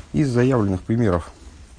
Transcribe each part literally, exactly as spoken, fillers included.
Из заявленных примеров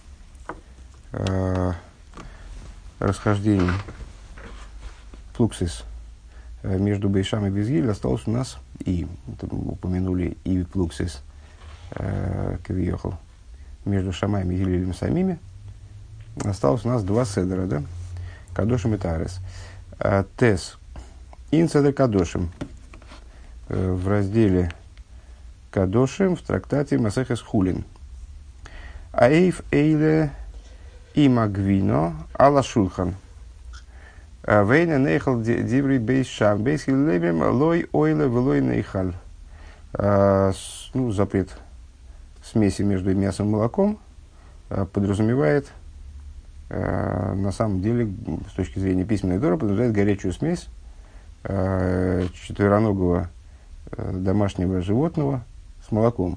э, расхождений флуксис между Бейшам и Безгиль осталось у нас, и мы упомянули и флуксис э, Кавиохал между Шамаем и Гилелем самими, осталось у нас два седера, да? Кадошим и Тарес. Э, Тес. Ин седер Кадошим. Э, в разделе Кадошим в трактате Масехес Хулин. Аэйф эйле има гвино ала шулхан. Вейна нейхал диври бейс шам. Бейс хиллебем лой ойле влой нейхал. Ну, запрет смеси между мясом и молоком подразумевает, на самом деле, с точки зрения письменной Торы, подразумевает горячую смесь четвероногого домашнего животного с молоком.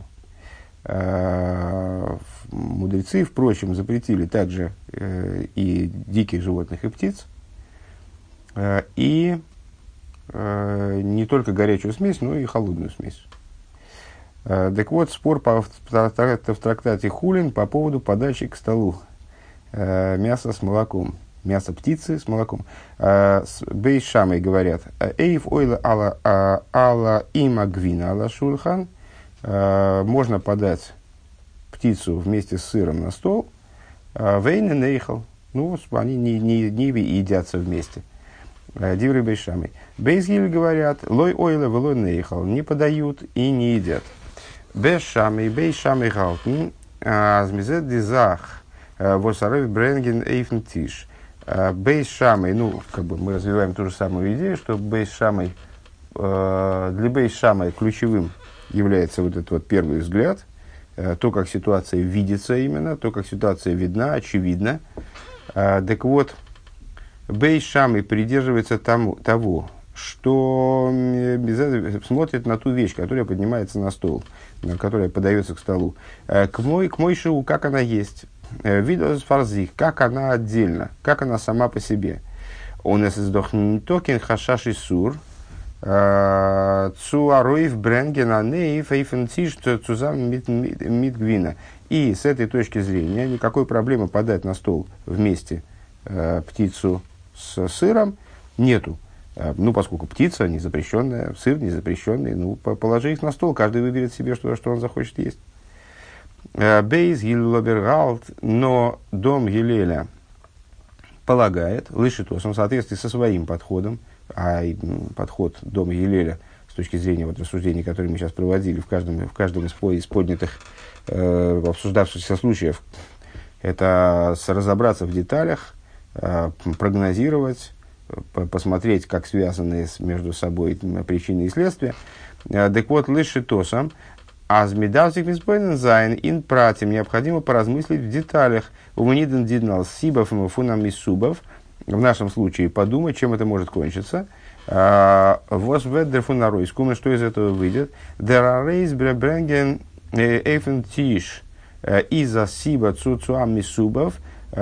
Мудрецы, впрочем, запретили также э, и диких животных, и птиц, э, и э, не только горячую смесь, но и холодную смесь. Э, так вот, спор по, в, в трактате Хулин по поводу подачи к столу э, мяса с молоком, мясо птицы с молоком. Э, с Бейс Шамой говорят: «Эйф ойла ала, ала има гвина ала шульхан». Можно подать птицу вместе с сыром на стол. Вейн и нейхал. Ну, они не, не, не едятся вместе. Дивры бейшамы. Бейсгиль говорят: лой ойле велой нейхал. Не подают и не едят. Бейшамы, бейшамы галтен. Азмизет дизах. Восарев бренген эйфен тиш. Бейшамы, ну, как бы мы развиваем ту же самую идею, что бейшамы, для бейшамы ключевым является вот этот вот первый взгляд, то, как ситуация видится именно, то, как ситуация видна, очевидна. Так вот, Бейс Шамай придерживается тому, того, что смотрит на ту вещь, которая поднимается на стол, которая подается к столу. К мой, к мой шоу, как она есть. Видос фарзих, как она отдельно, как она сама по себе. Он из дохнин токен хашаш и сур. Цуароев бренгена нейф эйфентиш цузам мидгвина. И с этой точки зрения никакой проблемы подать на стол вместе э, птицу с сыром нету. Э, ну, поскольку птица не запрещенная, сыр не запрещенный, ну, положи их на стол, каждый выберет себе, что, что он захочет есть. Бейз Гиллобергалт, но дом Гилеля полагает, лышитос, он в соответствии со своим подходом, а подход дома Гилеля с точки зрения вот рассуждений, которые мы сейчас проводили в каждом, в каждом из, из поднятых э, обсуждавшихся случаев, это разобраться в деталях, э, прогнозировать, э, посмотреть, как связаны с, между собой причины и следствия. Э, так вот, лышитосом, а змедавзик мисбойнен ин пратим, необходимо поразмыслить в деталях. Умниден диднал сибов и фунам субов. В нашем случае подумать, чем это может кончиться. Возведер фунарой, скумно, что из этого выйдет. Дерарейс бребренген эйфен тиш иза сиба цуцуам мисубов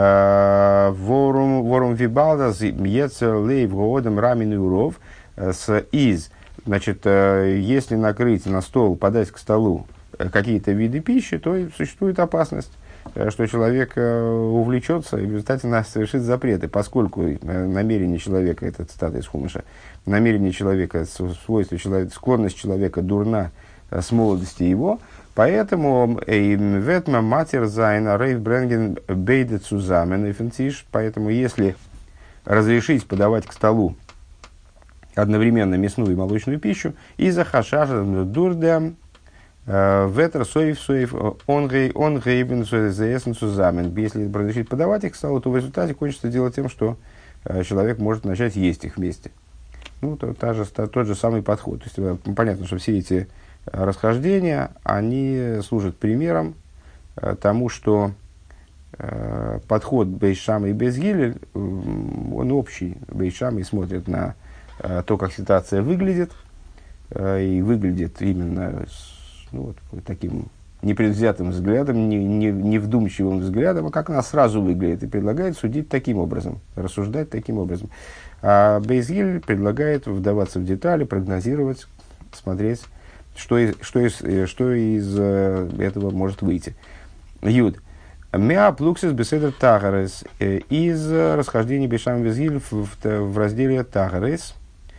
ворум ворум вибалдас ецер лейв гоодам рамин уров с из. Значит, если накрыть на стол, подать к столу какие-то виды пищи, то существует опасность, что человек увлечется и в результате нас совершит запреты, поскольку намерение человека, это цитата из Хумаша, намерение человека, свойство человека, склонность человека дурна с молодости его, поэтому ветма матер зайна рейв бренген бейде цузамен эфентиш, поэтому если разрешить подавать к столу одновременно мясную и молочную пищу, из-за хашаша дурдем ветер соев соев он гейбен зеесен сузамен. Если разрешить подавать их к столу, то в результате кончится дело тем, что человек может начать есть их вместе. Ну, то, та же, та, тот же самый подход. То есть, понятно, что все эти расхождения, они служат примером тому, что подход Бейс Шамай и Бейс Гилель, он общий. Бейс Шамай смотрит на то, как ситуация выглядит, и выглядит именно ну, вот, таким непредвзятым взглядом, не, не, не вдумчивым взглядом, а как она сразу выглядит, и предлагает судить таким образом, рассуждать таким образом. А Бейс Гилель предлагает вдаваться в детали, прогнозировать, смотреть, что из, что из, что из этого может выйти. Юд. Меа плуксис беседа тагарес. Из расхождений Бейшам Безгиль в, в, в разделе тагарес.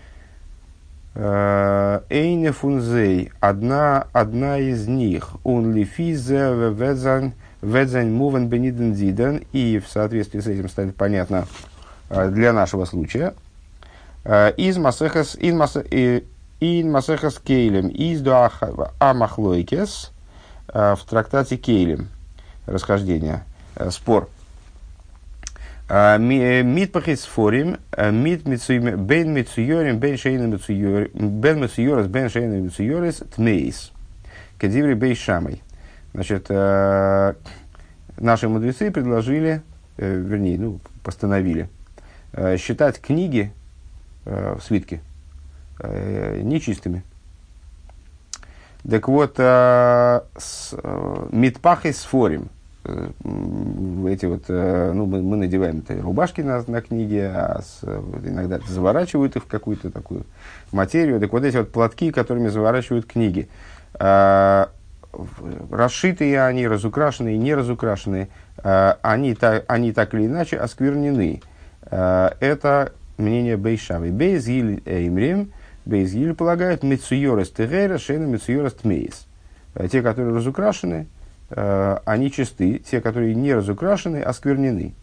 Эйне фунзей. Одна, одна из них. Он лифизе ведзан ведзан мувен бениден диден. И в соответствии с этим станет понятно для нашего случая. Из масехас ин масехас кейлем из до амахлойкес в трактате кейлем. Расхождение, спор. Мит пахисфорим, мит бен мицуйорим, бен шейна мицуйорис, бен мицуйорис, бен шейна мицуйорис, тмейс. Кадиври бей шамой. Значит, наши мудрецы предложили, вернее, ну, постановили, считать книги, свитки, нечистыми. Так вот, митпахой с форим, эти вот, ну, мы, мы надеваем это рубашки на, на книги, а с, иногда заворачивают их в какую-то такую материю. Так вот эти вот платки, которыми заворачивают книги, расшитые они, разукрашенные, не разукрашенные, они, та, они так или иначе осквернены. Это мнение Бейшавы. Бейзгиль эймрим, Бейзгиль полагают мецуйорес тегера, шейна мецуйорес тмейс. Те, которые разукрашены, они чисты, те, которые не разукрашены, осквернены.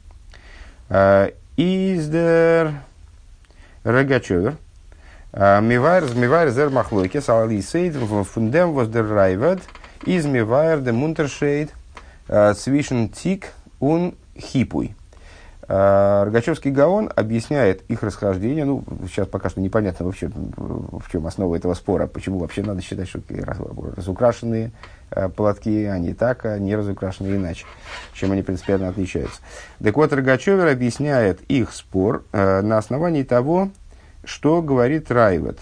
Издер Рогачевер. Мивайр, мивайр зер махлойке, салали сейд, фундем воздер райвед, из мивайр де мунтершейд, свишен тик ун хипуй. Рогачевский Гаон объясняет их расхождение. Ну, сейчас пока что непонятно вообще, в чем основа этого спора. Почему вообще надо считать, что разукрашенные платки, они так, а не разукрашенные иначе. Чем они принципиально отличаются. Так вот, Рогачевер объясняет их спор на основании того, что говорит Райвед,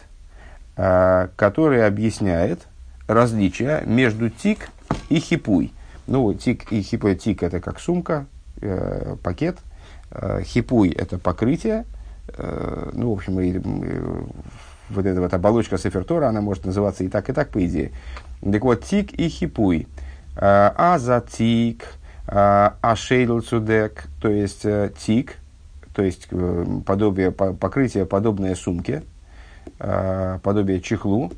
который объясняет различия между тик и хипуй. Ну, тик и хипуй. Тик – это как сумка, пакет. Хипуй – это покрытие. Ну, в общем, и, и, вот эта вот оболочка Сефер Тора, она может называться и так, и так, по идее. Так вот, тик и хипуй. А за тик, а шейдл цудек, то есть тик, то есть подобие, покрытие, подобное сумке, подобие чехлу.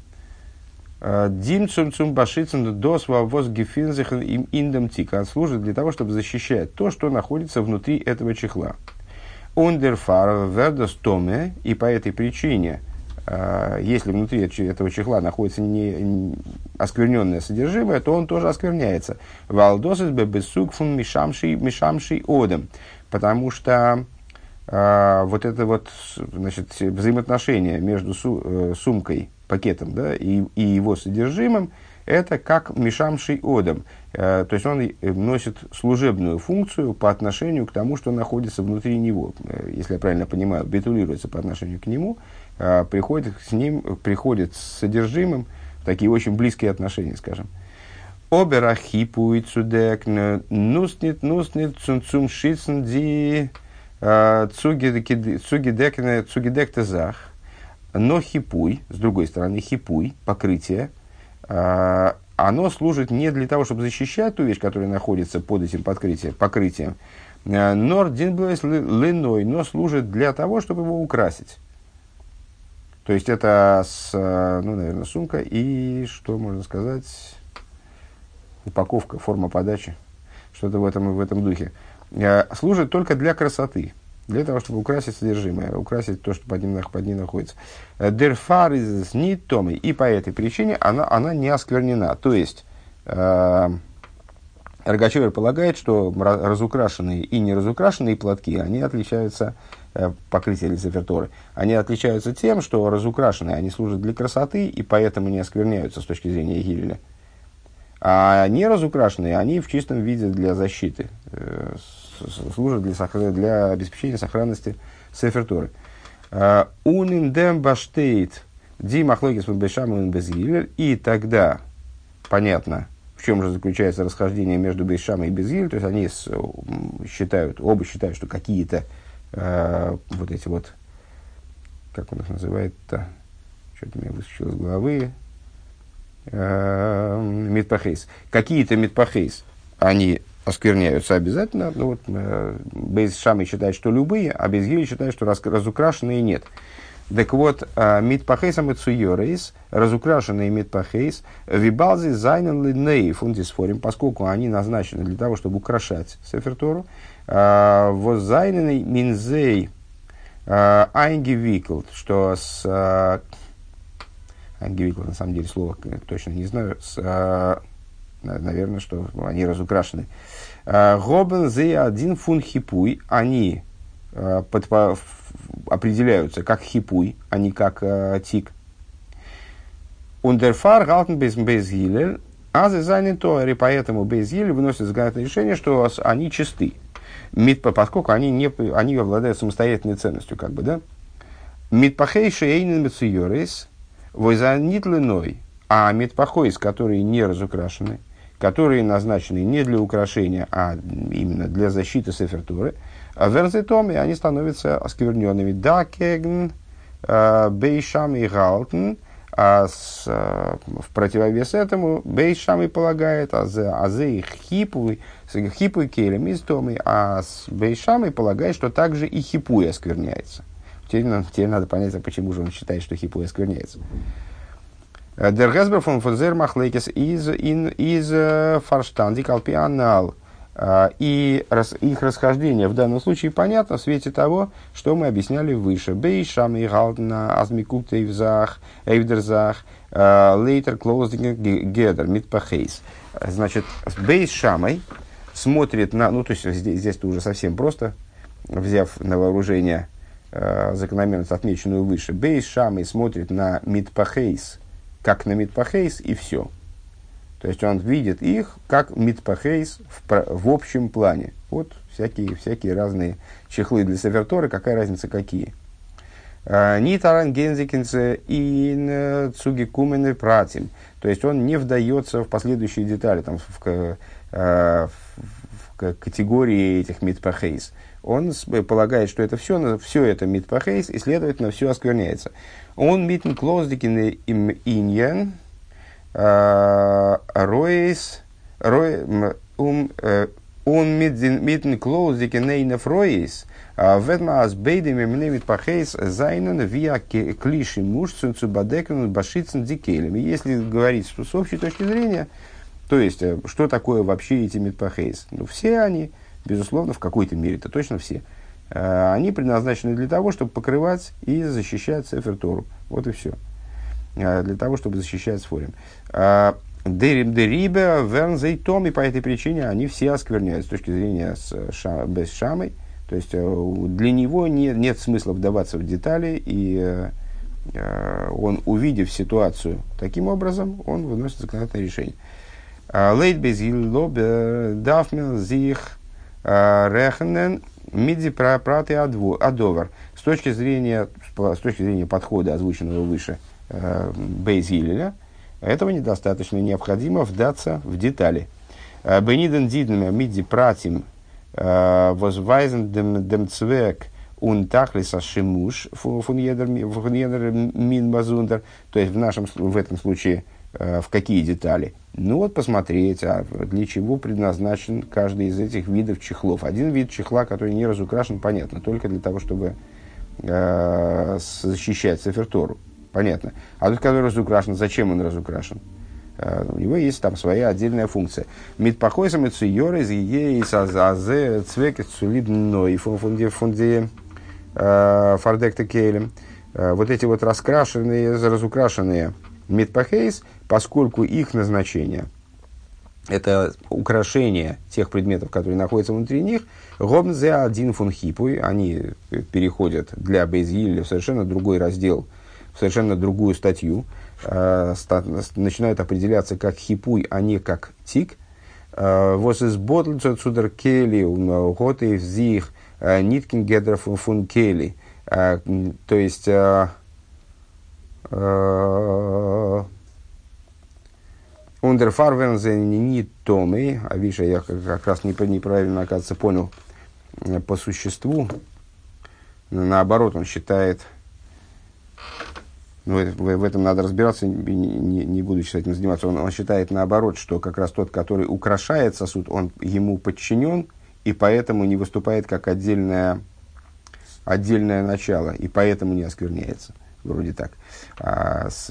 Дим цум цум башицен дос вавоз гефинзехен им индем тика. Служит для того, чтобы защищать то, что находится внутри этого чехла. Ундерфар вердос томе, и по этой причине, если внутри этого чехла находится не оскверненное содержимое, то он тоже оскверняется. Валдосис бебесук фун мишамший мишамший одем, потому что а, вот это вот, значит, взаимоотношение между су, сумкой, пакетом, да, и, и его содержимым, это как мишамший одам. Э, то есть он носит служебную функцию по отношению к тому, что находится внутри него. Э, если я правильно понимаю, битулируется по отношению к нему, э, приходит с ним, приходит с содержимым в такие очень близкие отношения, скажем. Оберахипуй цудек нуснит нуснит цунцум шицн ди цугидек цугидектезах. Но хипуй, с другой стороны, хипуй, покрытие, э, оно служит не для того, чтобы защищать ту вещь, которая находится под этим покрытием, покрытием, но линой, но служит для того, чтобы его украсить. То есть это, с, ну, наверное, сумка и, что можно сказать, упаковка, форма подачи, что-то в этом, в этом духе. Э, служит только для красоты. Для того, чтобы украсить содержимое, украсить то, что под ним, под ним находится. Дерфар из нитомы. И по этой причине она, она не осквернена. То есть, э, Рогачевер полагает, что разукрашенные и неразукрашенные платки, они отличаются, э, покрытие или Сефер Торы, они отличаются тем, что разукрашенные, они служат для красоты, и поэтому не оскверняются с точки зрения Гилеля. А неразукрашенные, они в чистом виде для защиты, э, служат для, для обеспечения сохранности Сефер Торы. Униндем баштейт ди махлокис бешам и безгилер. И тогда понятно, в чем же заключается расхождение между бешам и безгилер. То есть они считают, оба считают, что какие-то э, вот эти вот, как он их называет-то, что-то мне выскочило из головы, э, митпахейс. Какие-то митпахейс они оскверняются обязательно. Ну, вот, э, Бейс Шамай считает, что любые, а Бейс Гилель считает, что раз, разукрашенные нет. Так вот, митпахейсам и цуйорейс, разукрашенные митпахейс, вибалзи зайнен линей фундисфорим, поскольку они назначены для того, чтобы украшать Сефер Тору, воззайненный минзей айнгевиклд, что с... Айнгевиклд, на самом деле, слово точно не знаю, с, наверное, что они разукрашены. Гобен зе один фун хипуй, они под, определяются как хипуй, а не как э, тик. Ундерфар галтен без Гилель, а за зайнен тоари, поэтому без Гилель выносит законодательное решение, что они чисты, Митпа, поскольку они, не, они обладают самостоятельной ценностью, как бы, да. Митпахей шейнен мецуйорис, войзанит линой, а митпахойс, которые не разукрашены, которые назначены не для украшения, а именно для защиты Сефер Торы, а верзитоми они становятся оскверненными. Да, кегн, бейшам и галтен, а в противовес этому бейшам и полагает, а за их хипуй, хипуй келем из томи, а с бейшам и полагает, что также и хипуй оскверняется. Теперь, теперь надо понять, а почему же он считает, что хипуй оскверняется. Der Gesber von Fonzer Machlekes из из Фарштандик Алпианал. И их расхождение в данном случае понятно в свете того, что мы объясняли выше. Бейшам и Галтна, Азмикут Эйвзах, Эйвдерзах, Лейтер Клоуздинг Гедер, Митпахейс. Значит, Бейшамой смотрит на... Ну, то есть, здесь, здесь-то уже совсем просто, взяв на вооружение закономерность, отмеченную выше. Бейшамой смотрит на Митпахейс, как на Митпахейс, и все. То есть он видит их как митпахейс в, в общем плане. Вот всякие, всякие разные чехлы для Сефер Торы, какая разница какие. Нитаран гензикинце и цугикумены пратим. То есть он не вдается в последующие детали, там, в, в, в, в категории этих митпахейс. Он полагает, что это все, все это митпахейс, и следовательно все оскверняется. Он митн клоздикины им иньян, Роис, ум митн клоузики нейнов роис, ведмаас бейдами мнемит пахейс зайнен виа клиши мушцун цубадекан башицын дикелем. Если говорить с общей точки зрения, то есть, что такое вообще эти митпахейс? Ну, все они, безусловно, в какой-то мере, это точно все, они предназначены для того, чтобы покрывать и защищать Сефер Тору. Вот и все. Для того, чтобы защищать Сфорим. Дерибе, вернзей том, и по этой причине они все оскверняют с точки зрения с ша, без шамой. То есть для него не, нет смысла вдаваться в детали, и он, увидев ситуацию таким образом, он выносит законодательное решение. Лейт без гиллобе дафмил зих рехнен миди праты адовар. С точки зрения, с точки зрения подхода, озвученного выше, Бейс Гилеля, этого недостаточно, необходимо вдаться в детали. Бениден диднем миди пратим возвайзен дем цвек ун тахлиса шимуш фун едер мин базундер. То есть в нашем, в этом случае в какие детали? Ну вот посмотреть, а для чего предназначен каждый из этих видов чехлов. Один вид чехла, который не разукрашен, понятно, только для того, чтобы э, защищать Сефер Тору. Понятно. А тот, который разукрашен, зачем он разукрашен? Uh, у него есть там своя отдельная функция. Митпахойсам и цуйоры из ейс азе цвекет сулидной фунде фунде фардекта кейлем. Вот эти вот раскрашенные, разукрашенные митпахейс, поскольку их назначение это украшение тех предметов, которые находятся внутри них, гобнзе один фун хипуй, они переходят для Бейс Гилеля в совершенно другой раздел, в совершенно другую статью, э, ста, начинают определяться как хипуй, а не как тик. Вос из ботльца цудер кели, готы зих, ниткин гедер фун кели. То есть, ундерфарвензе не томы, а видишь, я как раз неправильно, оказывается, понял по существу. Наоборот, он считает... Но в, в этом надо разбираться, не, не, не будучи этим заниматься. Он, он считает наоборот, что как раз тот, который украшает сосуд, он ему подчинен, и поэтому не выступает как отдельное, отдельное начало, и поэтому не оскверняется. Вроде так. А с...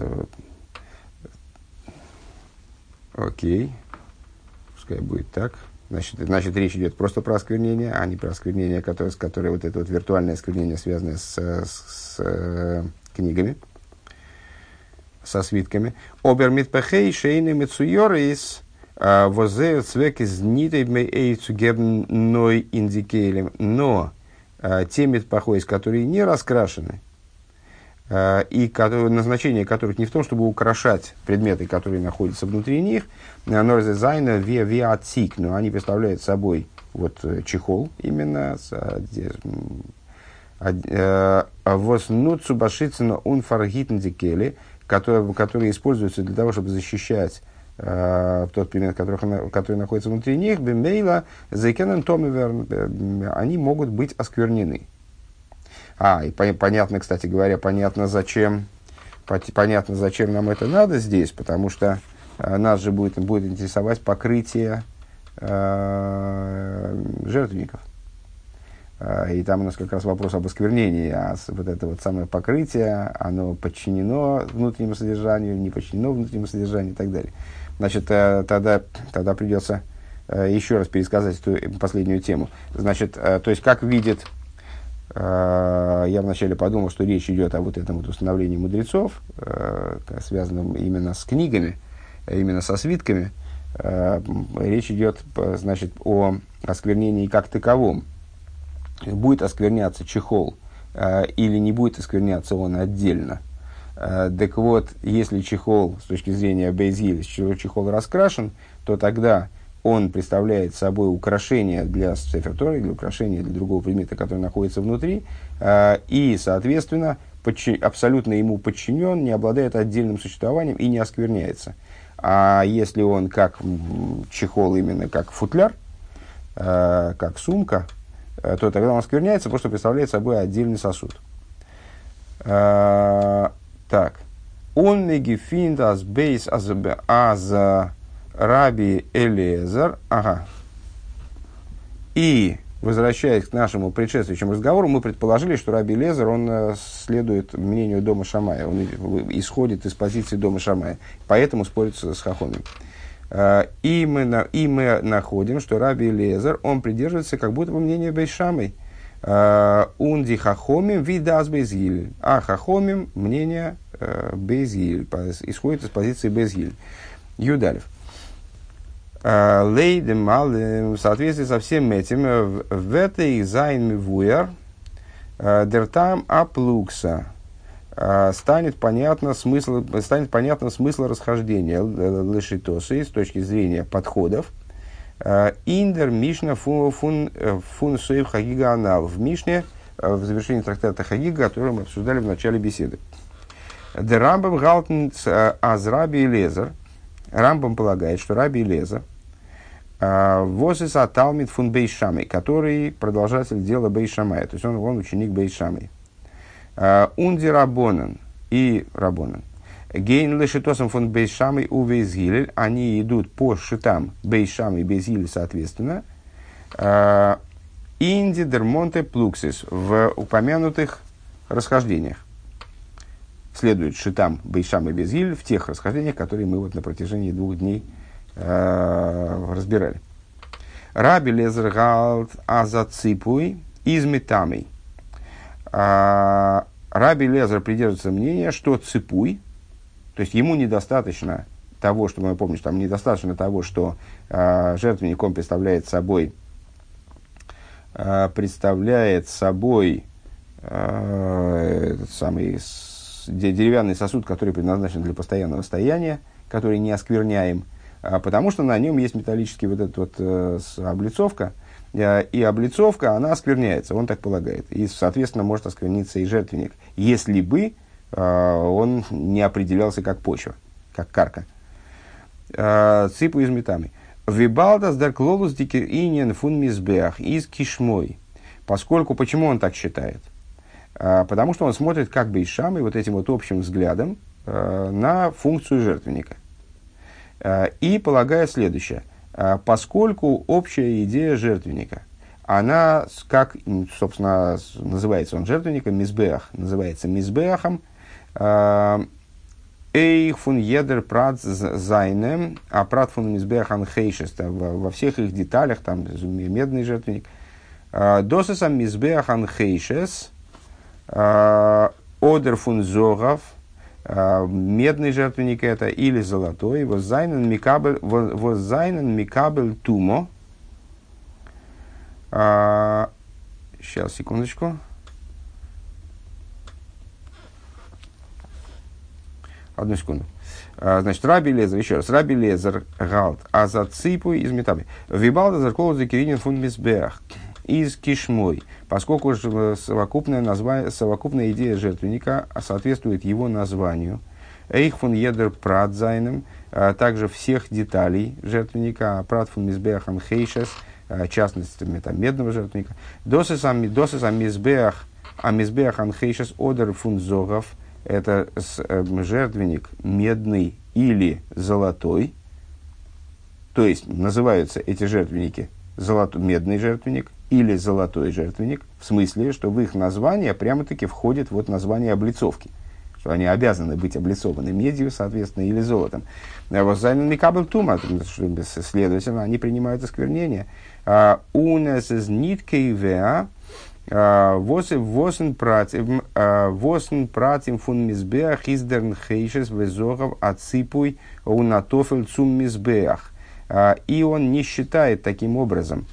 Окей. Пускай будет так. Значит, значит, речь идет просто про осквернение, а не про осквернение, которое, с которой вот это вот виртуальное осквернение, связанное с, с, с э, книгами, со свитками. Обер митпехей шейны мецуйорис возеют цвек из нитой мей цугебн ной индикелем. Но э, те митпахойс, которые не раскрашены, и которые, назначение которых не в том, чтобы украшать предметы, которые находятся внутри них, но они представляют собой вот, чехол именно воснуцубашицина унфаргитндикели, который используется для того, чтобы защищать Uh, тот предмет, который, который находится внутри них, бемейла, зайкенен томивер, они могут быть осквернены. А, и по- понятно, кстати говоря, понятно зачем, по- понятно, зачем нам это надо здесь, потому что uh, нас же будет, будет интересовать покрытие uh, жертвенников. Uh, и там у нас как раз вопрос об осквернении, а вот это вот самое покрытие, оно подчинено внутреннему содержанию, не подчинено внутреннему содержанию и так далее. Значит, тогда, тогда придется еще раз пересказать эту последнюю тему. Значит, то есть, как видит, я вначале подумал, что речь идет о вот этом вот установлении мудрецов, связанном именно с книгами, именно со свитками. Речь идет, значит, о осквернении как таковом. Будет оскверняться чехол или не будет оскверняться он отдельно. Так вот, если чехол с точки зрения Бейз-Гиль, если чехол раскрашен, то тогда он представляет собой украшение для Сефер Торы, для украшения для другого предмета, который находится внутри, и, соответственно, подчи- абсолютно ему подчинен, не обладает отдельным существованием и не оскверняется. А если он как чехол, именно как футляр, как сумка, то тогда он оскверняется, потому что представляет собой отдельный сосуд. Так. Он мегефинд аз бейс аз Раби Элиэзер. Ага. И, возвращаясь к нашему предшествующему разговору, мы предположили, что Раби Элиэзер, он следует мнению дома Шамая. Он исходит из позиции дома Шамая. Поэтому спорит с Хахомим. И мы, и мы находим, что Раби Элиэзер, он придерживается как будто бы мнению бейс Шамай. Унди хахомим видас Бейз-Гиль. А хахомим мнение э, Бейз-Гиль, исходит из позиции Бейз-Гиль. Юдалев. Лейдем в соответствии со всем этим, в этой зайн мивуяр дертам аплукса станет понятно смысл, станет понятно смысл расхождения лешитосы с точки зрения подходов. Индер Мишна фун фун соев Хагига Анал. В Мишне, в завершении трактата Хагига, который мы обсуждали в начале беседы. Де Рамбам галтен аз Раби Элиэзер. Рамбам полагает, что Раби Элиэзер возис аталмит фун бейс Шамай, который продолжатель дела бейс Шамая, то есть он, он ученик бейс Шамай. Унди Рабонан и Рабонан. Гейн лешитосом фон бейс Шамай у Бейз-Гилель, они идут по шитам бейс Шамай и Бейз-Гилель соответственно. Инди дермонте плуксис, в упомянутых расхождениях. Следует шитам бейс Шамай и Бейз-Гилель в тех расхождениях, которые мы вот на протяжении двух дней э, разбирали. Раби Элиэзер галт азаципуй изметамей. Раби Элиэзер придерживается мнения, что ципуй, то есть ему недостаточно того, что мы помним, что там недостаточно того, что э, жертвенник он представляет собой, э, представляет собой э, этот самый с, деревянный сосуд, который предназначен для постоянного стояния, который не оскверняем, э, потому что на нем есть металлический вот этот вот э, облицовка, э, и облицовка, она оскверняется, он так полагает, и, соответственно, может оскверниться и жертвенник, если бы он не определялся как почва, как карка. Ципу из метами. Вибалдас дарклолус дикер иньен фун мизбеах из кишмой. Поскольку, почему он так считает? а, потому что он смотрит как бы Бейс-Шамай вот этим вот общим взглядом а, на функцию жертвенника. А, и полагает следующее. А, поскольку общая идея жертвенника, она, как, собственно, называется он жертвенником, мизбеах, называется мизбеахом, эйх фун едер прат зайнем, а прат фун мизбеахан хейшес, во всех их деталях, там медный жертвенник, досесам мизбеахан хейшес, одер фун зогав, медный жертвенник это, или золотой, воззайнен микабель, воззайнен микабель тумо. А, сейчас, секундочку. Одну секунду. А, значит, Раби Лезер, еще раз. Раби Лезер галт, а за ципу из метаби. Вибалда зарколу за киринин фун мисбеах. Из кишмой. Поскольку совокупное название, совокупная идея жертвенника соответствует его названию. Эйх фун едер прадзайном. Также всех деталей жертвенника. Прад фун мисбеахам хейшес. Частностями там, медного жертвенника. Досысам мизбеах, а мизбеах анхейшес одер фунзогов. Это жертвенник медный или золотой. То есть называются эти жертвенники золото, медный жертвенник или золотой жертвенник. В смысле, что в их название прямо-таки входит вот название облицовки. Что они обязаны быть облицованы медью, соответственно, или золотом. Следовательно, они принимают осквернение. Унес из ниткейвеа восен пратим фун мизбеах издерн хейшес везогов аципуй унатофель цум мизбеах. И он не считает таким образом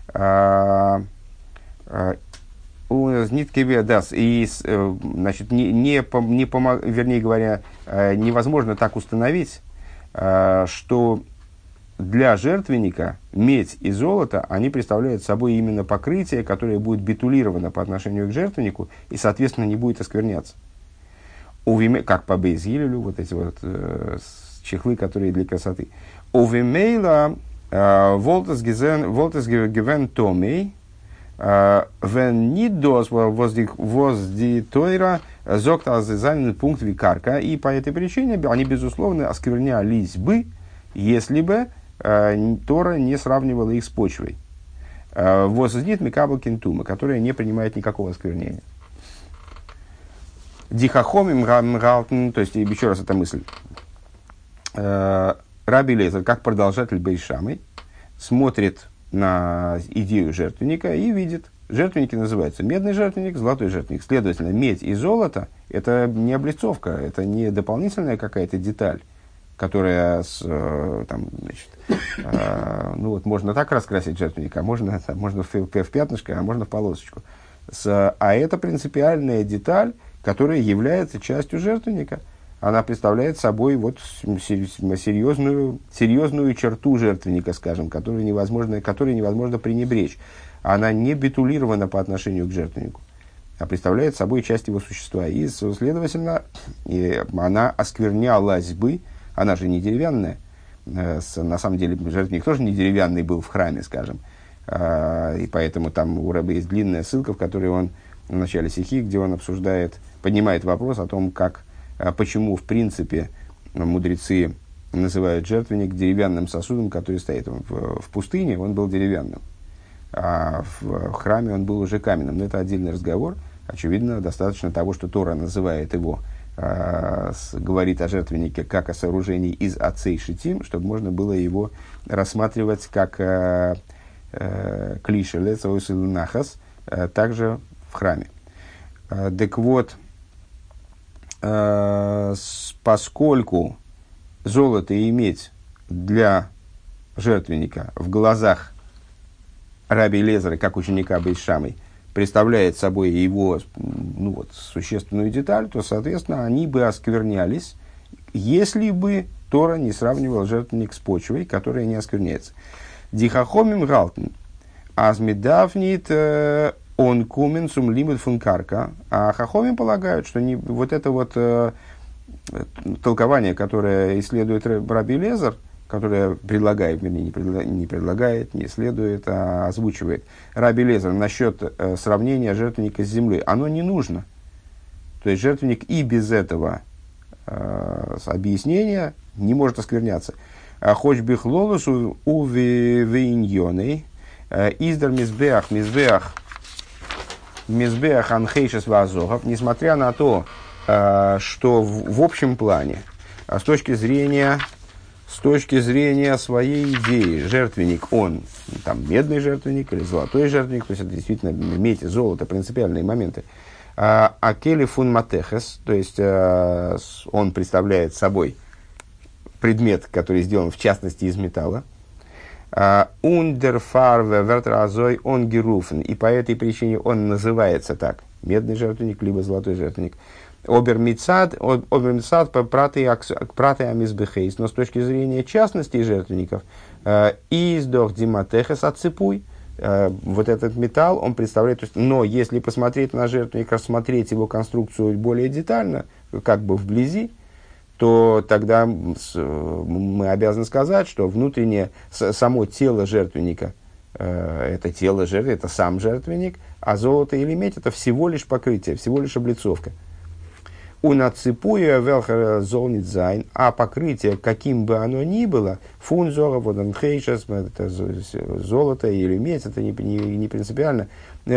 и, значит, не, не, не помог, вернее говоря, невозможно так установить, что для жертвенника медь и золото, они представляют собой именно покрытие, которое будет битулировано по отношению к жертвеннику и, соответственно, не будет оскверняться. Как по Бейзгилелю, вот эти вот э, чехлы, которые для красоты. Увимейла волтес гивен томей вен нидос возди тойра зокта азизальный пункт викарка. И по этой причине они, безусловно, осквернялись бы, если бы э, Тора не сравнивала их с почвой. Воздит микабл кентума, которая не принимает никакого осквернения. Дихахомим галтен, то есть, еще раз эта мысль. Раби Лезер, как продолжатель Бейс-Шамай, смотрит на идею жертвенника и видит. Жертвенники называются медный жертвенник, золотой жертвенник. Следовательно, медь и золото – это не облицовка, это не дополнительная какая-то деталь, которая с, там, значит, э, ну вот можно так раскрасить жертвенник, а можно, там, можно в, в пятнышко, а можно в полосочку. С, а это принципиальная деталь, которая является частью жертвенника. Она представляет собой вот серьезную, серьезную черту жертвенника, скажем, которую невозможно, которой невозможно пренебречь. Она не битулирована по отношению к жертвеннику, а представляет собой часть его существа. И, следовательно, и она осквернялась бы, она же не деревянная, на самом деле жертвенник тоже не деревянный был в храме, скажем, и поэтому там у Рэба есть длинная ссылка, в которой он в начале сихи, где он обсуждает, поднимает вопрос о том, как, почему в принципе мудрецы называют жертвенник деревянным сосудом, который стоит в, в пустыне, он был деревянным, а в, в храме он был уже каменным. Но это отдельный разговор. Очевидно, достаточно того, что Тора называет его, э, с, говорит о жертвеннике как о сооружении из ацей шитим, чтобы можно было его рассматривать как э, э, клише лецаус или нахас, э, также в храме. Э, так вот, э, с, поскольку золото и медь для жертвенника в глазах Раби Лезера, как ученика Бейс-Шамай, представляет собой его, ну вот, существенную деталь, то, соответственно, они бы осквернялись, если бы Тора не сравнивала жертвенник с почвой, которая не оскверняется. Дихахомим галтен, азмидафнит он кумен сум лимит функарка. А хахомим полагают, что не, вот это вот э, толкование, которое исследует Раби Лезер, которое предлагает, вернее, не, предло, не предлагает, не следует, а озвучивает Раби Лезер насчет э, сравнения жертвенника с землей, оно не нужно. То есть жертвенник и без этого э, объяснения не может оскверняться. Хоч бихлолус у вейньоной издар мизбеах мизбеах мизбеах анхейшес вазогов, несмотря на то, что в, в общем плане, с точки зрения, с точки зрения своей идеи, жертвенник, он там медный жертвенник или золотой жертвенник, то есть это действительно медь и золото, принципиальные моменты. А келли фун матехес, то есть он представляет собой предмет, который сделан в частности из металла. Ундерфарве вертразой он геруфен, и по этой причине он называется так: медный жертвенник либо золотой жертвенник. Обермицад, обермицад праты амизбехейс, но с точки зрения частности жертвенников, издох диматехес отцепуй, вот этот металл он представляет, то есть, но если посмотреть на жертвенник, рассмотреть его конструкцию более детально, как бы вблизи, то тогда мы обязаны сказать, что внутреннее, само тело жертвенника, э, это тело жертвы, это сам жертвенник, а золото или медь это всего лишь покрытие, всего лишь облицовка. Унаципуя велхер золнитзайн, а покрытие, каким бы оно ни было, фунзора, воденхейшес, это золото или медь, это не, не, не принципиально,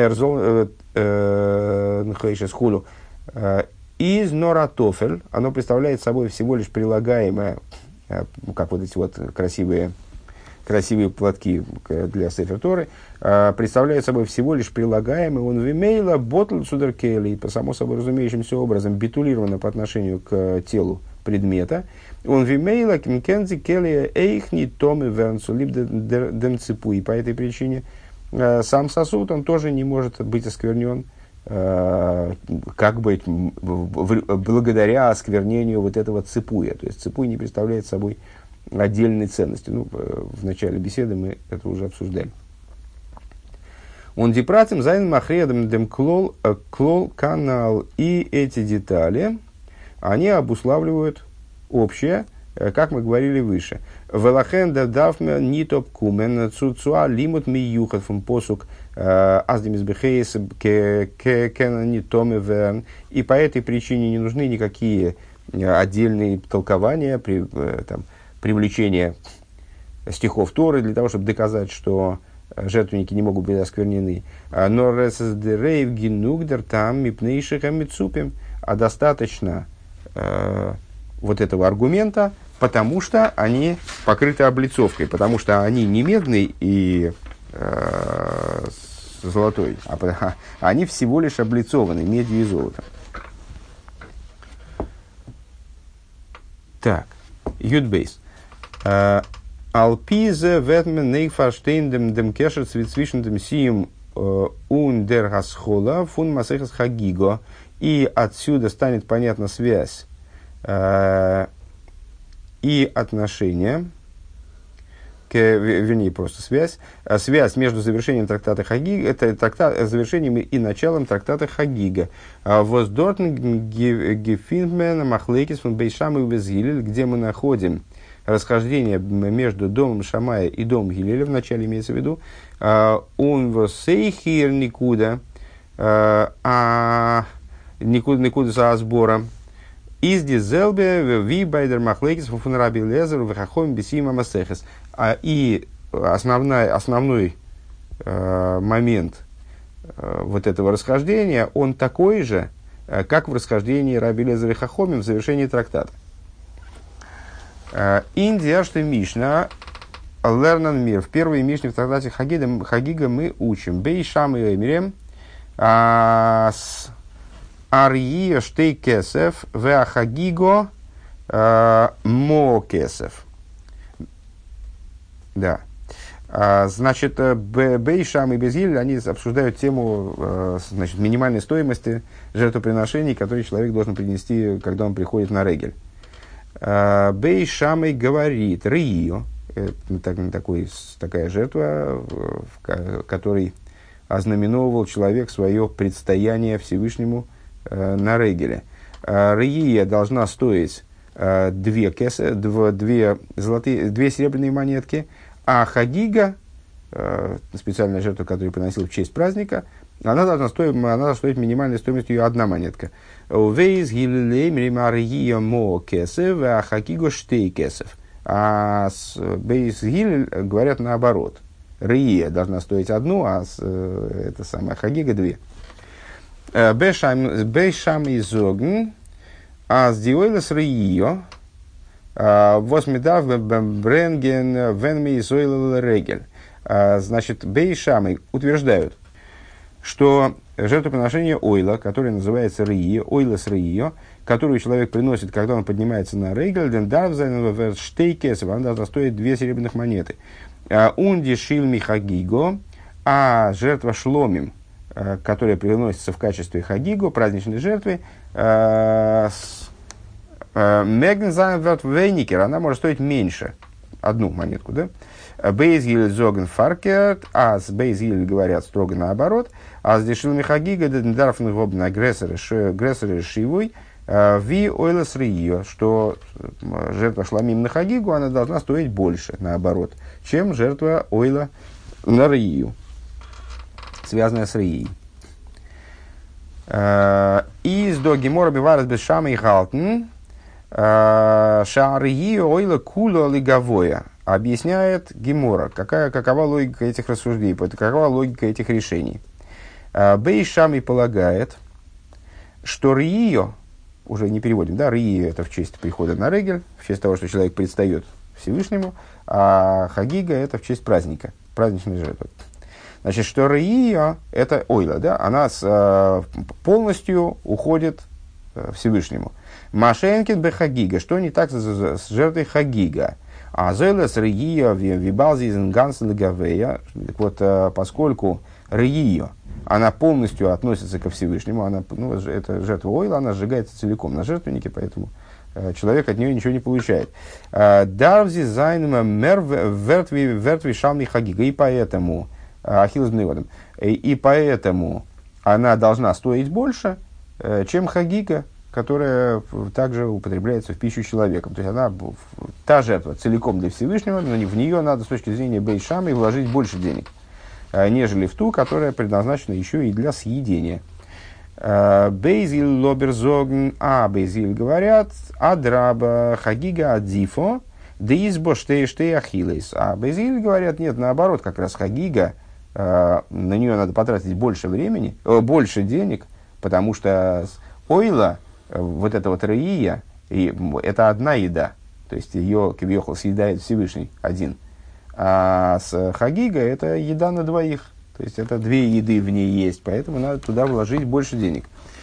нхейшес хулу, из норатофель, оно представляет собой всего лишь прилагаемое, как вот эти вот красивые, красивые платки для Сефер Торы, представляет собой всего лишь прилагаемое, он вимейла ботл судеркели, по само собой разумеющимся образом битулировано по отношению к телу предмета, он вимейла кенкензи кели эйхни томи вернсу либо демципу, и по этой причине сам сосуд, он тоже не может быть осквернен, как бы благодаря осквернению вот этого ципуя. То есть ципуй не представляет собой отдельной ценности. Ну, в начале беседы мы это уже обсуждали. Он дипратим зайн махредом дем клол, клол канал. И эти детали, они обуславливают общее, как мы говорили выше. Велахен дафме нитоп кумен цуцуа лимут миюхат фун посук аздемизбехейс кенани томе верн. И по этой причине не нужны никакие отдельные толкования, при, там, привлечение стихов Торы для того, чтобы доказать, что жертвенники не могут быть осквернены. Но ресэсдерейв генугдер там мипнейшиха мицупим. А достаточно э, вот этого аргумента, потому что они покрыты облицовкой, потому что они не медные и э, золотой, а, а они всего лишь облицованы медью и золотом. Так, Юдбейс. Алпизе ветмен нейфарштейн дем дем кешер свитзвишен дем сием ун дер гасхола фун масехас хагиго. И отсюда станет понятна связь э, и отношение, к, вернее, просто связь, связь между завершением трактата Хагига, это трактат, завершением и началом трактата Хагига. Воздортн гефиндмен махлейкис фон бейшам и безгилель, где мы находим расхождение между домом Шамая и домом Гилеля, в начале имеется в виду, он восейхир никуда, а никуда, никуда за сбора. Из дизелбе ви байдер махлейкис фун раби лезер вехахом бисима масехес. И основной, основной э, момент э, вот этого расхождения, он такой же, э, как в расхождении раби лезера и хахомим в завершении трактата. Индия, что Мишна, Лернан Мир, в первой Мишне в трактате Хагига, Хагига мы учим Бей Шам и Эмирем с Арьи Штей Кесев Веа Хагиго Мо Кесев. Да. Значит, Бей Шам и Безгиль, они обсуждают тему, значит, минимальной стоимости жертвоприношений, которые человек должен принести, когда он приходит на регель. Бей Шамой говорит, Рио, так, такой, такая жертва, в которой ознаменовывал человек свое предстояние Всевышнему э, на регеле. Риия должна стоить э, две, кесы, дв, две, золотые, две серебряные монетки, а Хагига э, специальная жертва, которую приносил в честь праздника, она должна стоить, она должна стоить минимальной стоимостью ее одна монетка. Вейз гилилей мримария мо кесев, а хакиго штей кесев. А с бейз гилель говорят наоборот. Рия должна стоить одну, а с, э, это самая хагига две. Бейшам изогн, а с диойлес рио, восьмидав бренген венми изойл регель. Значит, бейшамы утверждают, что жертвоприношение ойла, которое называется рии, ойлес рио, которую человек приносит, когда он поднимается на регель, ден штейкесов, она должна стоить две серебряных монеты. Унди шил михагиго, а жертва шломим, которая приносится в качестве хагиго, праздничной жертвы, мегнзайнверт вейникер, она может стоить меньше, одну монетку, да? Бейзгиль зоген фаркерт, а с бейзгиль говорят строго наоборот, а с дешил михагиго дарфн вобн агрессоры шивой ви ойлес рио, что жертва шламим на хагигу, она должна стоить больше, наоборот, чем жертва ойла на рию, связанная с рией. Из до гемора биварас без шама и халтен шаарии ойла куло лиговое. Объясняет гемора, какая, какова логика этих рассуждений, какова логика этих решений. Бей Шами полагает, что рио, уже не переводим, да, рио это в честь прихода на регель, в честь того, что человек предстает Всевышнему, а хагига это в честь праздника, праздничной жертвы. Значит, что рио это ойла, да, она с, полностью уходит Всевышнему. Машенкин бе хагига, что не так с, с жертвой хагига? А зойлес рио вибалзи из нганс легавея, вот поскольку рио, она полностью относится ко Всевышнему, она, ну, это жертва ойла, она сжигается целиком на жертвеннике, поэтому э, человек от нее ничего не получает. Дарвзи зайнма мер вертви шалми хагига, и поэтому ахиллес бнеодом, и поэтому она должна стоить больше, э, чем хагига, которая также употребляется в пищу человеком. То есть она, та жертва целиком для Всевышнего, но в нее надо с точки зрения бейшамы вложить больше денег, нежели в ту, которая предназначена еще и для съедения. Бейзиль лоберзогн, а Бейзиль говорят, адраба хагига адзифо, деизбо штей штей ахиллес. А Бейзиль говорят, нет, наоборот, как раз хагига, на нее надо потратить больше времени, больше денег, потому что ойла, вот эта вот раия, это одна еда, то есть ее кивьехал съедает Всевышний один. А с хагига это еда на двоих. То есть это две еды в ней есть, поэтому надо туда вложить больше денег.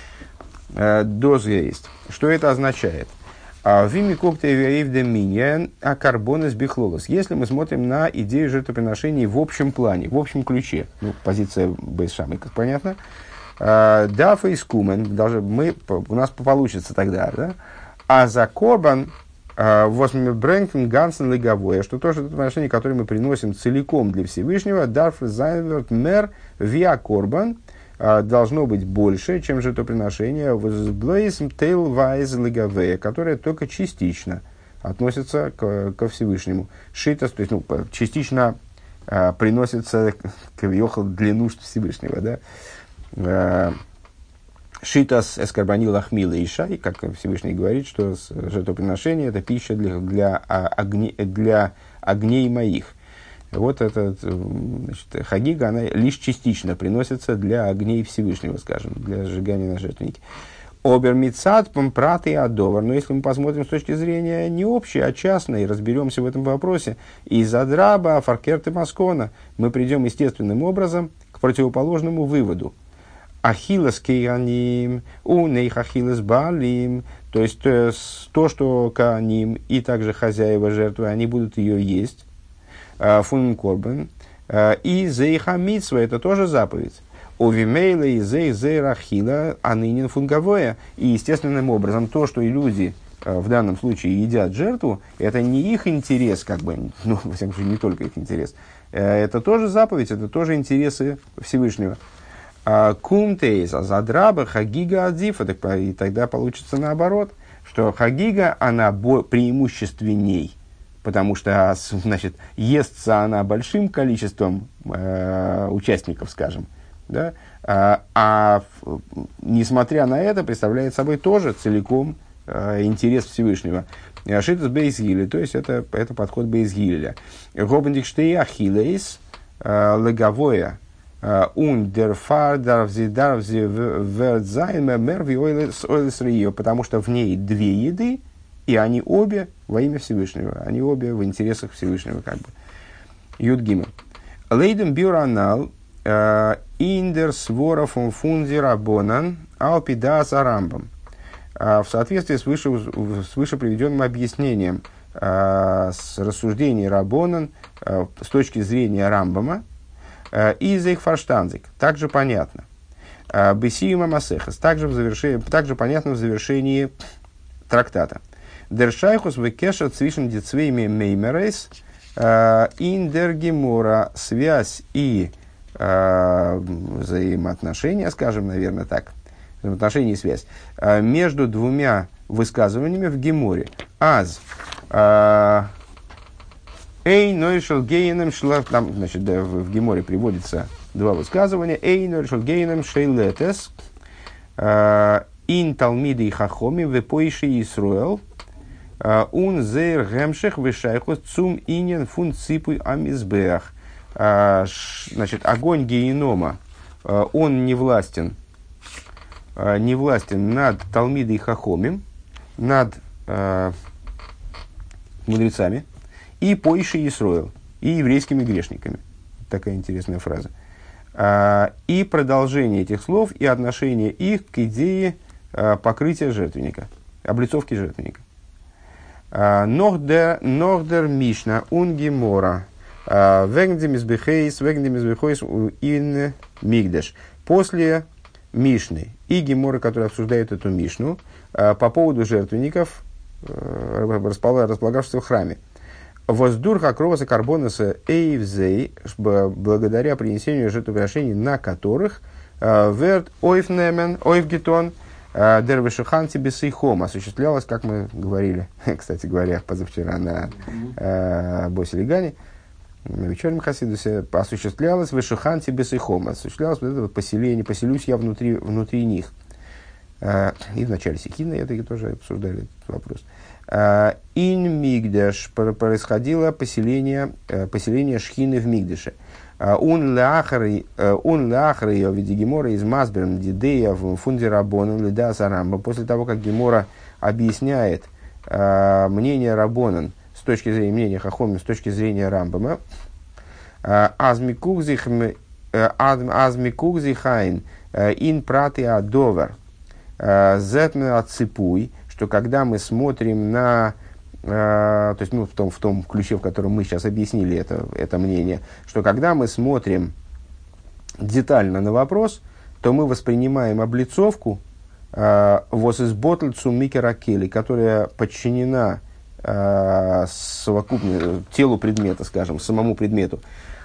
Доза есть. Что это означает? Вими коктейв доминиан а карбонес бихлолос. Если мы смотрим на идею жертвоприношений в общем плане, в общем ключе, ну, позиция Бейшамы, как понятно, дафа и скумен, даже мы, у нас получится тогда, да? А за корбан восьми бренкен гансен лиговое, что то жертвоприношение, которое мы приносим целиком для Всевышнего, дарф зайнверт мер виа корбан, должно быть больше, чем жертвоприношение возблейсм тейл вайз лиговое, которое только частично относится к, ко Всевышнему. Шитас, то есть, ну, частично а, приносится к для нужд Всевышнего, да? Шитас эскарбанил лахмила и шай, как Всевышний говорит, что жертвоприношение – это пища для, для, огне, для огней моих. Вот этот, значит, хагига, она лишь частично приносится для огней Всевышнего, скажем, для сжигания на жертвеннике. Обермицат помпрат и адовар. Но если мы посмотрим с точки зрения не общей, а частной, разберемся в этом вопросе, из адраба, фаркерты маскона, мы придем естественным образом к противоположному выводу. Ахиллес кеаним, унейх ахиллес балим, то есть то, что кааним и также хозяева жертвы, они будут ее есть, фун корбан, и зейха митсва, это тоже заповедь. Овимейла и зей зейрахила, а нынен фунговое. И естественным образом то, что и люди в данном случае едят жертву, это не их интерес, как бы, ну, во всяком случае, не только их интерес, это тоже заповедь, это тоже интересы Всевышнего. Кумтейс, азадраба, хагига адзифа, и тогда получится наоборот, что хагига, она преимущественней потому что, значит, естся она большим количеством э, участников, скажем, да, а, а несмотря на это, представляет собой тоже целиком э, интерес Всевышнего. Шитас бейс гилли, то есть это, это подход бейс гилля. Гобендикштей ахиллейс леговое ун дерфар дарвзи дарвзи вердзайме мерви ойлес рио, потому что в ней две еды, и они обе во имя Всевышнего, они обе в интересах Всевышнего, как бы. Юдгима. Лейдем бюранал индер свора фун фунзи рабонан алпидас арамбам. В соответствии с выше, с выше приведенным объяснением с рассуждений Рабонан с точки зрения Рамбама и за их фарштанзик, также понятно. Бесиюма Масехас, также, в завершении, также понятно в завершении трактата. Дершайхус векеша цвишен дицвейми меймерейс индер гемора, связь и взаимоотношения, скажем, наверное, так, взаимоотношения и связь между двумя высказываниями в Геморе. Аз Эй нойшел гейном шла, там, значит, да, в, в Геморе приводится два высказывания. Эй нойшел гейном шейлетес ин талмиды хахоми вепоиши Исруэл ун зейр гемшех вешайхус цум инен фун ципуй амизбеах. Значит, огонь геенома, он не властен, не властен над талмидой хахомим, над э, мудрецами, и поиши Исроэл, и еврейскими грешниками. Такая интересная фраза. А, и продолжение этих слов, и отношение их к идее а, покрытия жертвенника, облицовки жертвенника. Нордер Мишна унгемора вегндемизбехейс вегндемизбехойс ин мигдеш. После Мишны и Геморы, которые обсуждают эту Мишну по поводу жертвенников, располагавшихся в храме. Воздур хакроваса карбонаса эйвзей, благодаря принесению жертвоприношений, на которых верт ойфнемен ойфгетон дервешухан тибесейхом осуществлялось, как мы говорили, кстати говоря, позавчера на э, Боселигане, на вечернем хасидусе, осуществлялось вешухан тибесейхом, осуществлялось вот это вот поселение, поселюсь я внутри, внутри них. Э, и в начале Сикина это тоже обсуждали этот вопрос. Ин Мигдеш, происходило поселение, поселение Шхины в Мигдеше. Он лахары о виде Гемора из Масбером Дидея в фунде Рабонан Лида Сарамба. После того, как Гемора объясняет э, мнение Рабонан с точки зрения мнения Хахоми, с точки зрения Рамбама, Азмикугзихайн ин прати адовар зетме аципуй, что когда мы смотрим на, э, то есть ну, в, том, в том ключе, в котором мы сейчас объяснили это, это мнение, что когда мы смотрим детально на вопрос, то мы воспринимаем облицовку воз из ботльцу микеракели, которая подчинена э, совокупному телу предмета, скажем, самому предмету.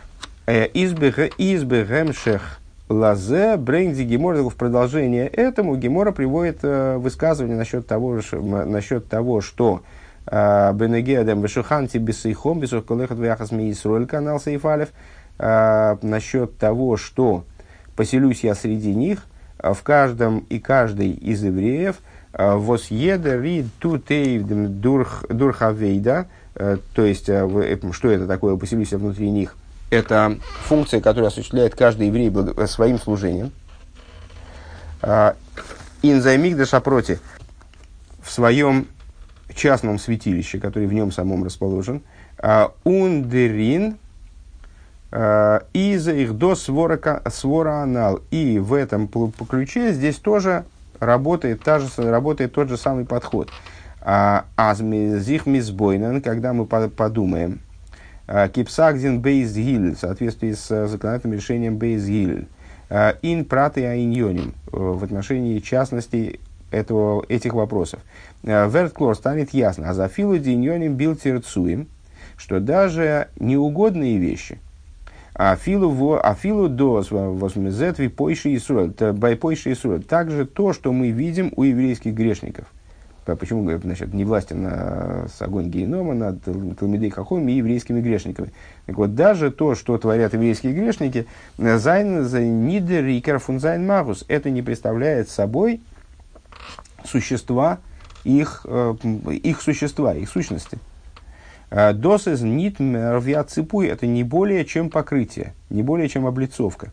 Избегемшех лазе бренди Гемора. В продолжение этому Гемора приводит э, высказывание насчет того, насчет того, что Бенегедем Вешуханти Бесейхом Бесухколехат Вяхас Миисруэль канал Сейфалев, насчет того, что поселюсь я среди них, в каждом и каждой из евреев, восъедери тутей дурхавейда, то есть, что это такое, поселюсь я внутри них, это функция, которую осуществляет каждый еврей своим служением. Инзаймигдаш апроти, в своем частном святилище, который в нем самом расположен, ундерин из их до свора анал. И в этом ключе здесь тоже работает, та же, работает тот же самый подход. Азмизих мизбойнан, когда мы подумаем, кипсагдин бейз гиль, в соответствии с законодательным решением бейз гиль, ин праты аиньоним, в отношении частностей этого, этих вопросов. Вертклор станет ясно, а за филу диньоним бил терцуем, что даже неугодные вещи, а филу а филу дос возмезетви пойши Исруэль, бай пойши Исруэль, также то, что мы видим у еврейских грешников. Почему, значит, не властен на огонь генома над Талмидей Хахомим и еврейскими грешниками. Так вот, даже то, что творят еврейские грешники, «Зайн за нидер и керфун зайн магус», это не представляет собой существа, их, их существа, их сущности. «Дос из нит мервья ципуй» – это не более чем покрытие, не более чем облицовка.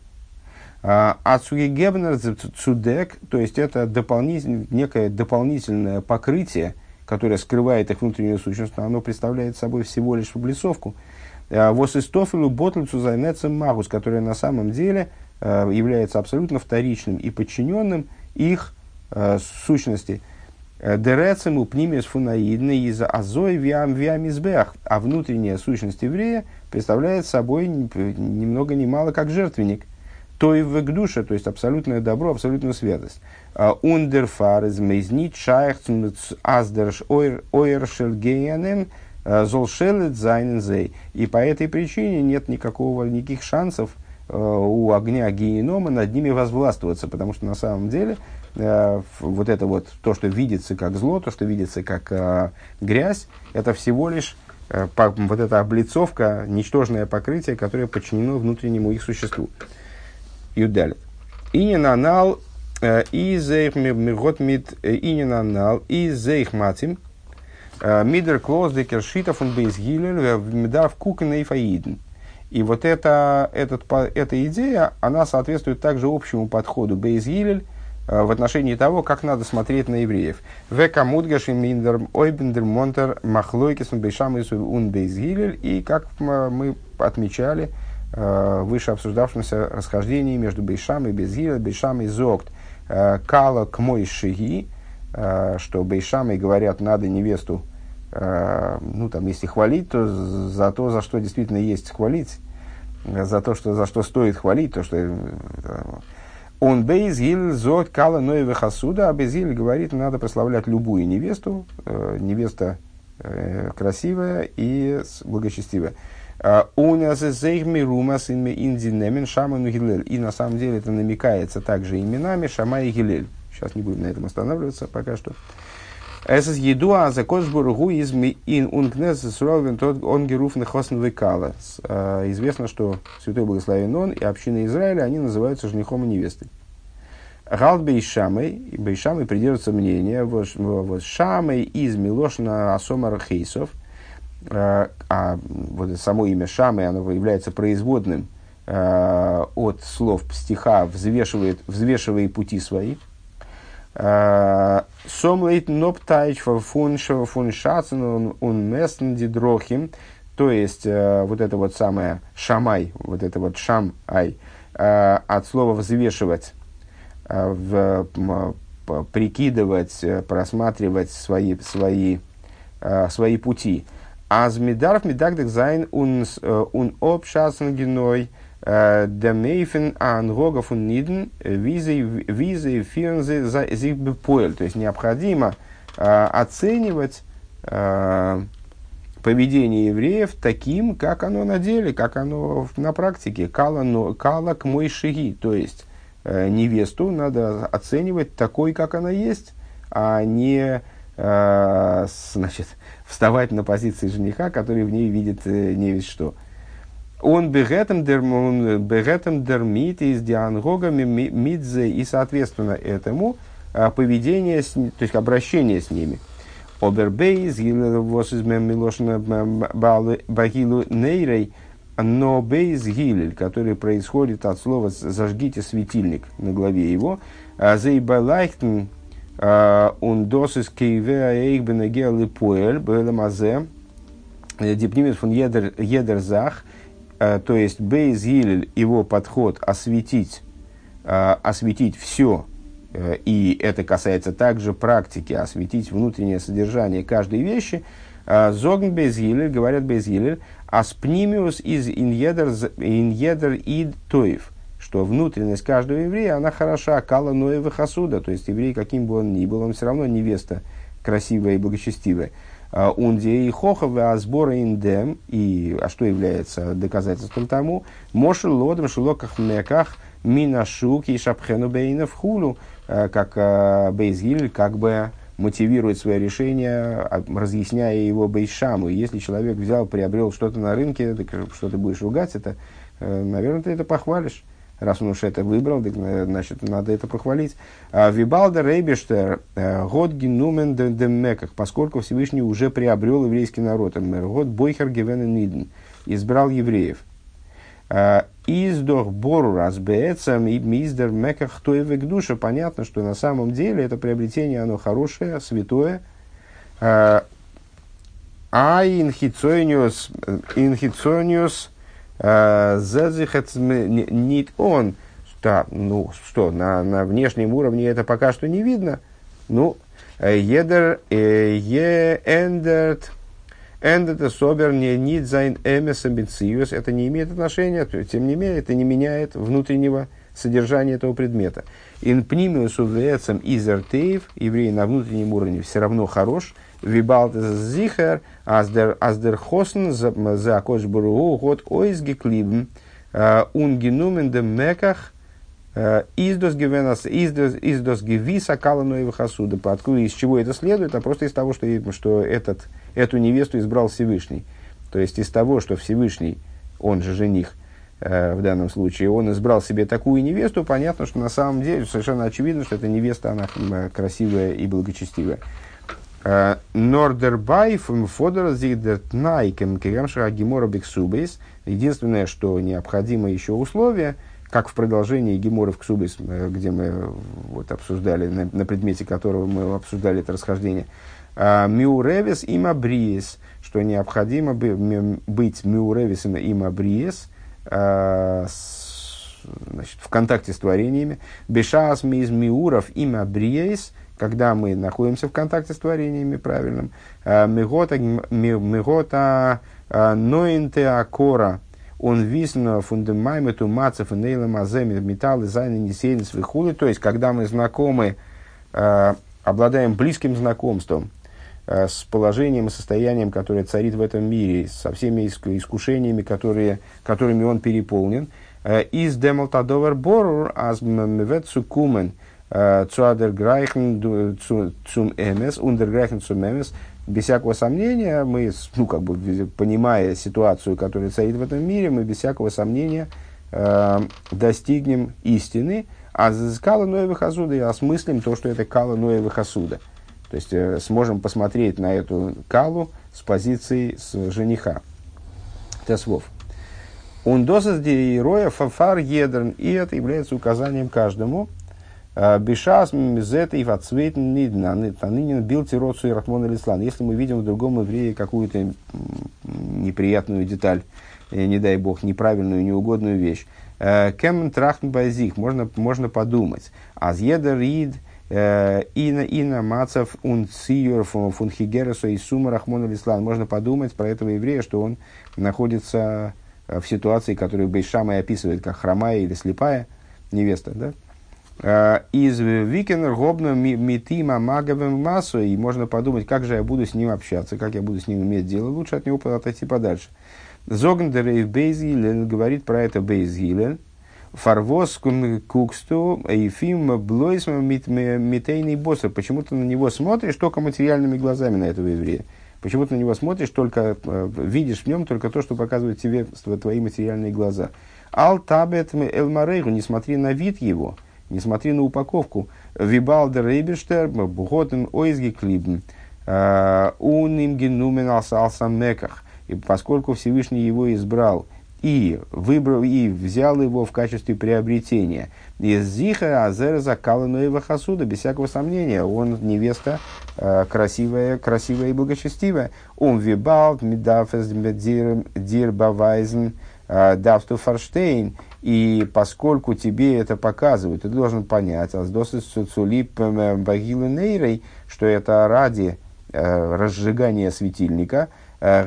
Ацугегебнер цудек, то есть это дополнитель, некое дополнительное покрытие, которое скрывает их внутреннюю сущность, оно представляет собой всего лишь облицовку. Восистофилу ботлицу зайнецем магус, которая на самом деле является абсолютно вторичным и подчиненным их сущности. Дерецему пнимес фунаидны из азой виам виамизбех, а внутренняя сущность еврея представляет собой ни много ни мало как жертвенник. То и в душе, то есть абсолютное добро, абсолютная святость. Ундерфар из мейзнит шайхцн аздерш ойршел гейнен золшелет зайнензей. И по этой причине нет никакого, никаких шансов у огня генома над ними возвластвоваться, потому что на самом деле вот это вот, то, что видится как зло, то, что видится как грязь, это всего лишь вот эта облицовка, ничтожное покрытие, которое подчинено внутреннему их существу. Юдалит. Ининанал изейх миргот мит ининанал изейх матим мидер клоз декершитов он бейсгилер медав кукен и фаиден. И вот эта, этот, эта идея, она соответствует также общему подходу бейсгилер в отношении того, как надо смотреть на евреев. Века мудгаши миндер ойбендер монтер махлойкис он бейшам ун бейсгилер. И как мы отмечали, выше обсуждавшемся расхождении между Бейшам и Безгилель, Бейшам и Зогт. Кала к мой шиги, что Бейшам и говорят, надо невесту, ну там, если хвалить, то за то, за что действительно есть хвалить, за то, что, за что стоит хвалить, то, что он Безгилель Зогт Кала Ноеве Хасуда, а Безгилель говорит, надо прославлять любую невесту, невеста красивая и благочестивая. И на самом деле это намекается также именами Шама и Гилель. Сейчас не будем на этом останавливаться пока что. Известно, что Святой Благословен Он и община Израиля, они называются женихом и невестой. Галт Бейшамой, Бейшамой придерживается мнения, вот Шамой из Милошна Асомар Хейсов, а вот само имя Шамы, оно является производным э, от слов стиха «взвешивает, взвешивая пути свои». «Сомлейт ноптайч фун шацен он местн дидрохим». То есть, э, вот это вот самое «шамай», вот это вот «шам-ай», э, от слова «взвешивать», э, в, м, прикидывать, просматривать свои, свои, э, свои пути. Аз мидарф мидагдек зайн унс ун обшасен геной демейфен ангогов ун ниден визей визей фирнзе за зих бепоэль. То есть необходимо оценивать поведение евреев таким, как оно на деле, как оно на практике. Кала, кала к мой шиги. То есть невесту надо оценивать такой, как она есть, а не значит, вставать на позиции жениха, который в ней видит э, не весь что. Он бегетом дермит из диангогами мидзе, и соответственно этому а, поведение, с, то есть обращение с ними. Обербейз, багилу нейрей, но бейз гилель, который происходит от слова «зажгите светильник» на главе его, зейбалайхтен, он досыс кейвеа эйхбенегел и поэль бэлэмазе дипнимет фун едерзах, то есть бейз гилель, его подход осветить, осветить все, и это касается также практики, осветить внутреннее содержание каждой вещи. Зогн бейз гилель, говорят бейз гилель, аспнимиус из иньедер ид тоев, что внутренность каждого еврея, она хороша, кала ноева хасуда, то есть еврей, каким бы он ни был, он все равно невеста красивая и благочестивая. Унде и хохова, а сбора индем, и а что является доказательством тому, мошел лодом шелоках меках минашук и шапхену бейна в хулу, как Бейз Гилель как бы мотивирует свое решение, разъясняя его бейшаму. Если человек взял, приобрел что-то на рынке, так что ты будешь ругать это, наверное, ты это похвалишь. Раз он уж это выбрал, так, значит, надо это похвалить. Вибалда Рейбештер, год генумен демеках, поскольку Всевышний уже приобрел еврейский народ. Год бойхер гевен ниден, избрал евреев. Издох бору разбеецам и миздер меках тоевек душа. Понятно, что на самом деле это приобретение, оно хорошее, святое. А инхицониус, инхицониус, зазихец нит он. Да, ну что, на, на внешнем уровне это пока что не видно. Ну, едер е эндерт. Это собер не нит зайн эмес амбициус. Это не имеет отношения, тем не менее, это не меняет внутреннего содержания этого предмета. Ин пнимиус увецам изертеев, еврей на внутреннем уровне все равно хорош. Вибалт зихер аздер аздер хосн за акош баругу год ойзги клибн унгенумен де меках издос гевенас издос издос гевиса каланоева хасуда. Откуда, из чего это следует? А просто из того, что, что этот, эту невесту избрал Всевышний. То есть из того, что Всевышний, он же жених в данном случае, он избрал себе такую невесту, понятно, что на самом деле совершенно очевидно, что эта невеста, она красивая и благочестивая. Нордербай фодер зидертнайкем кегамшра гемора биксубейс. Единственное, что необходимо еще условие, как в продолжении Гемора в Ксубис, где мы вот обсуждали, на, на предмете которого мы обсуждали это расхождение, миуревис и мабриес, что необходимо быть миуревисом и мабриес, значит, в контакте с творениями, бешас миз миуров и мабриес, когда мы находимся в контакте с творениями правильным, мигота ноинтеакора, он висно фундамаймету мацев и нейлем аземи металлы зайны несейнс вихули. То есть, когда мы знакомы, э, обладаем близким знакомством э, с положением и состоянием, которое царит в этом мире, со всеми искушениями, которые, которыми он переполнен. Из демалтадовер борур аз мевет цукумен цуадер грайхен цум эмес, ундер грайхен цум эмес. Без всякого сомнения, мы, ну, как бы, понимая ситуацию, которая царит в этом мире, мы без всякого сомнения э, достигнем истины, а с кала ноевых хасуда и осмыслим то, что это кала ноевых хасуда. То есть, э, сможем посмотреть на эту калу с позиции с жениха. Тесвов. Он досыз деироя фафар едерн, и это является указанием каждому. Бешас мизет и вацвейтен нидна нанынен бил тироцу и рахмон алислан. Если мы видим в другом еврее какую-то неприятную деталь, не дай бог, неправильную, неугодную вещь, кемен трахн байзих, можно, можно подумать. Аз едер рид ина ина мацав ун циюр фун хигересо и сума рахмон алислан. Можно подумать про этого еврея, что он находится в ситуации, которую Бейшама описывает как хромая или слепая невеста, да? Из Викенер гобна митима маговым массу, и можно подумать, как же я буду с ним общаться, как я буду с ним иметь дело, лучше от него отойти подальше. Зогндерейв Бейзгилен говорит про это Бейзгилен. Фарвос куксту эйфим блойсма митейный босса. Почему ты на него смотришь только материальными глазами, на этого еврея? Почему ты на него смотришь, только видишь в нем только то, что показывают тебе твои материальные глаза? Ал табет эльмарейгу, не смотри на вид его. Не смотри на упаковку. Вибалдер Рейбештер, Бухотен Ойзги Клибн, Уним Генумен Алсамеках. И поскольку Всевышний его избрал и выбрал, и взял его в качестве приобретения, из Зиха Азера Закала Ноева Хасуда, без всякого сомнения, он невеста красивая, красивая и благочестивая. Он Вибалд, Мидафес Дир Бавайзен, Давту Фарштейн. И поскольку тебе это показывают, ты должен понять, что это ради э, разжигания светильника, то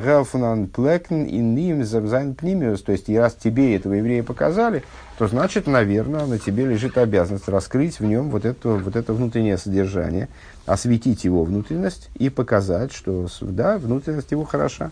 есть, и раз тебе этого еврея показали, то значит, наверное, на тебе лежит обязанность раскрыть в нем вот это, вот это внутреннее содержание, осветить его внутренность и показать, что да, внутренность его хороша.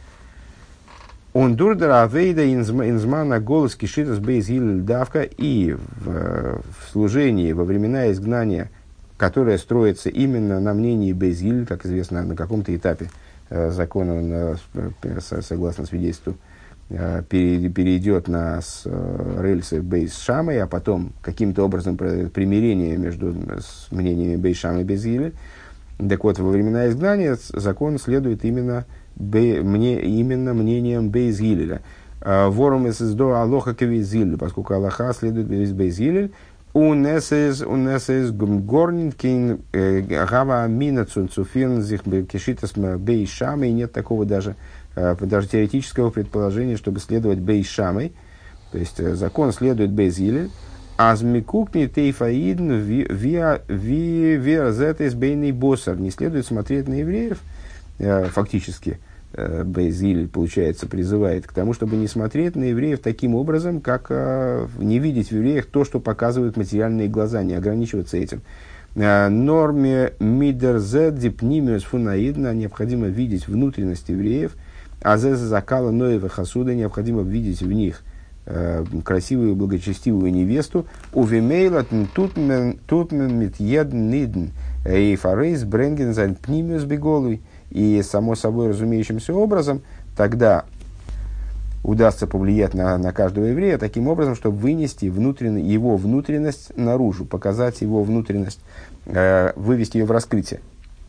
Он дурдера авейда инзмана голос кишитас бейзгиль давка, и в, в служении во времена изгнания которая строится именно на мнении Бейс Гилель, как известно, на каком-то этапе э, закона, э, согласно свидетельству, э, перейдет на с, э, рельсы Бейс Шамай, а потом каким-то образом примирение между с мнениями Бейс Шамай и Бейс Гилель. Так вот, во времена изгнания закон следует именно, бе, мне, именно мнением Бейс Гилеля. Ворум из до Алоха Кевизиль, поскольку Аллаха следует из Бейс Гилель, унесес унесес горнинкин гава мина цунцуфин зих кишитас Бейс Шамай. Нет такого даже, даже теоретического предположения, чтобы следовать Бейс Шамай. То есть закон следует Бейс Гилель. Азмикукни тейфаидн виа зетес бейный боссар. Не следует смотреть на евреев. Фактически Бейс Гилель, получается, призывает к тому, чтобы не смотреть на евреев таким образом, как не видеть в евреях то, что показывают материальные глаза, не ограничиваться этим. Норме мидерзет дипнимиус фунаидна. Необходимо видеть внутренность евреев. Азез закала ноева хасуда. Необходимо видеть в них красивую, благочестивую невесту. Увимейла тутмен митьед нидн и фарейс бренген зайн пнимиус беголуй. И само собой разумеющимся образом тогда удастся повлиять на, на каждого еврея таким образом, чтобы вынести внутренне, его внутренность наружу, показать его внутренность, э, вывести ее в раскрытие.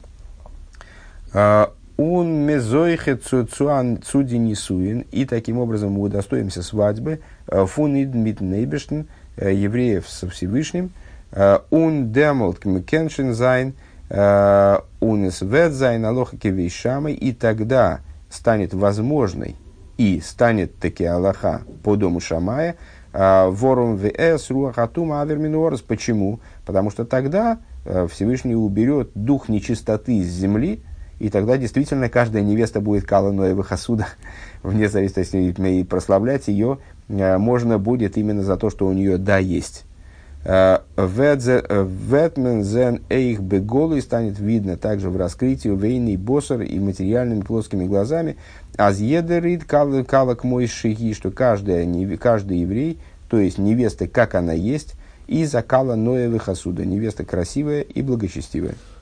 Он мезойхе цуан цудинисуин, и таким образом мы удостоимся свадьбы фунид митнейбештен, евреев со Всевышним, он демолт кмекеншен зайн, он исведзайн алоха кевейшамой, и тогда станет возможной и станет таки Аллаха по дому Шамая, ворум вс руахатума аверминуорс. Почему? Потому что тогда Всевышний уберет дух нечистоты с земли, и тогда действительно каждая невеста будет кала ноева хасуда, вне зависимости, и прославлять ее можно будет именно за то, что у нее да есть. Ветмен зен эйх беголы, станет видно также в раскрытии вейный боссер и материальными плоскими глазами. Аз едерит калак мой шиги, что каждый, каждый еврей, то есть невеста, как она есть, и закала ноева хасуда, невеста красивая и благочестивая.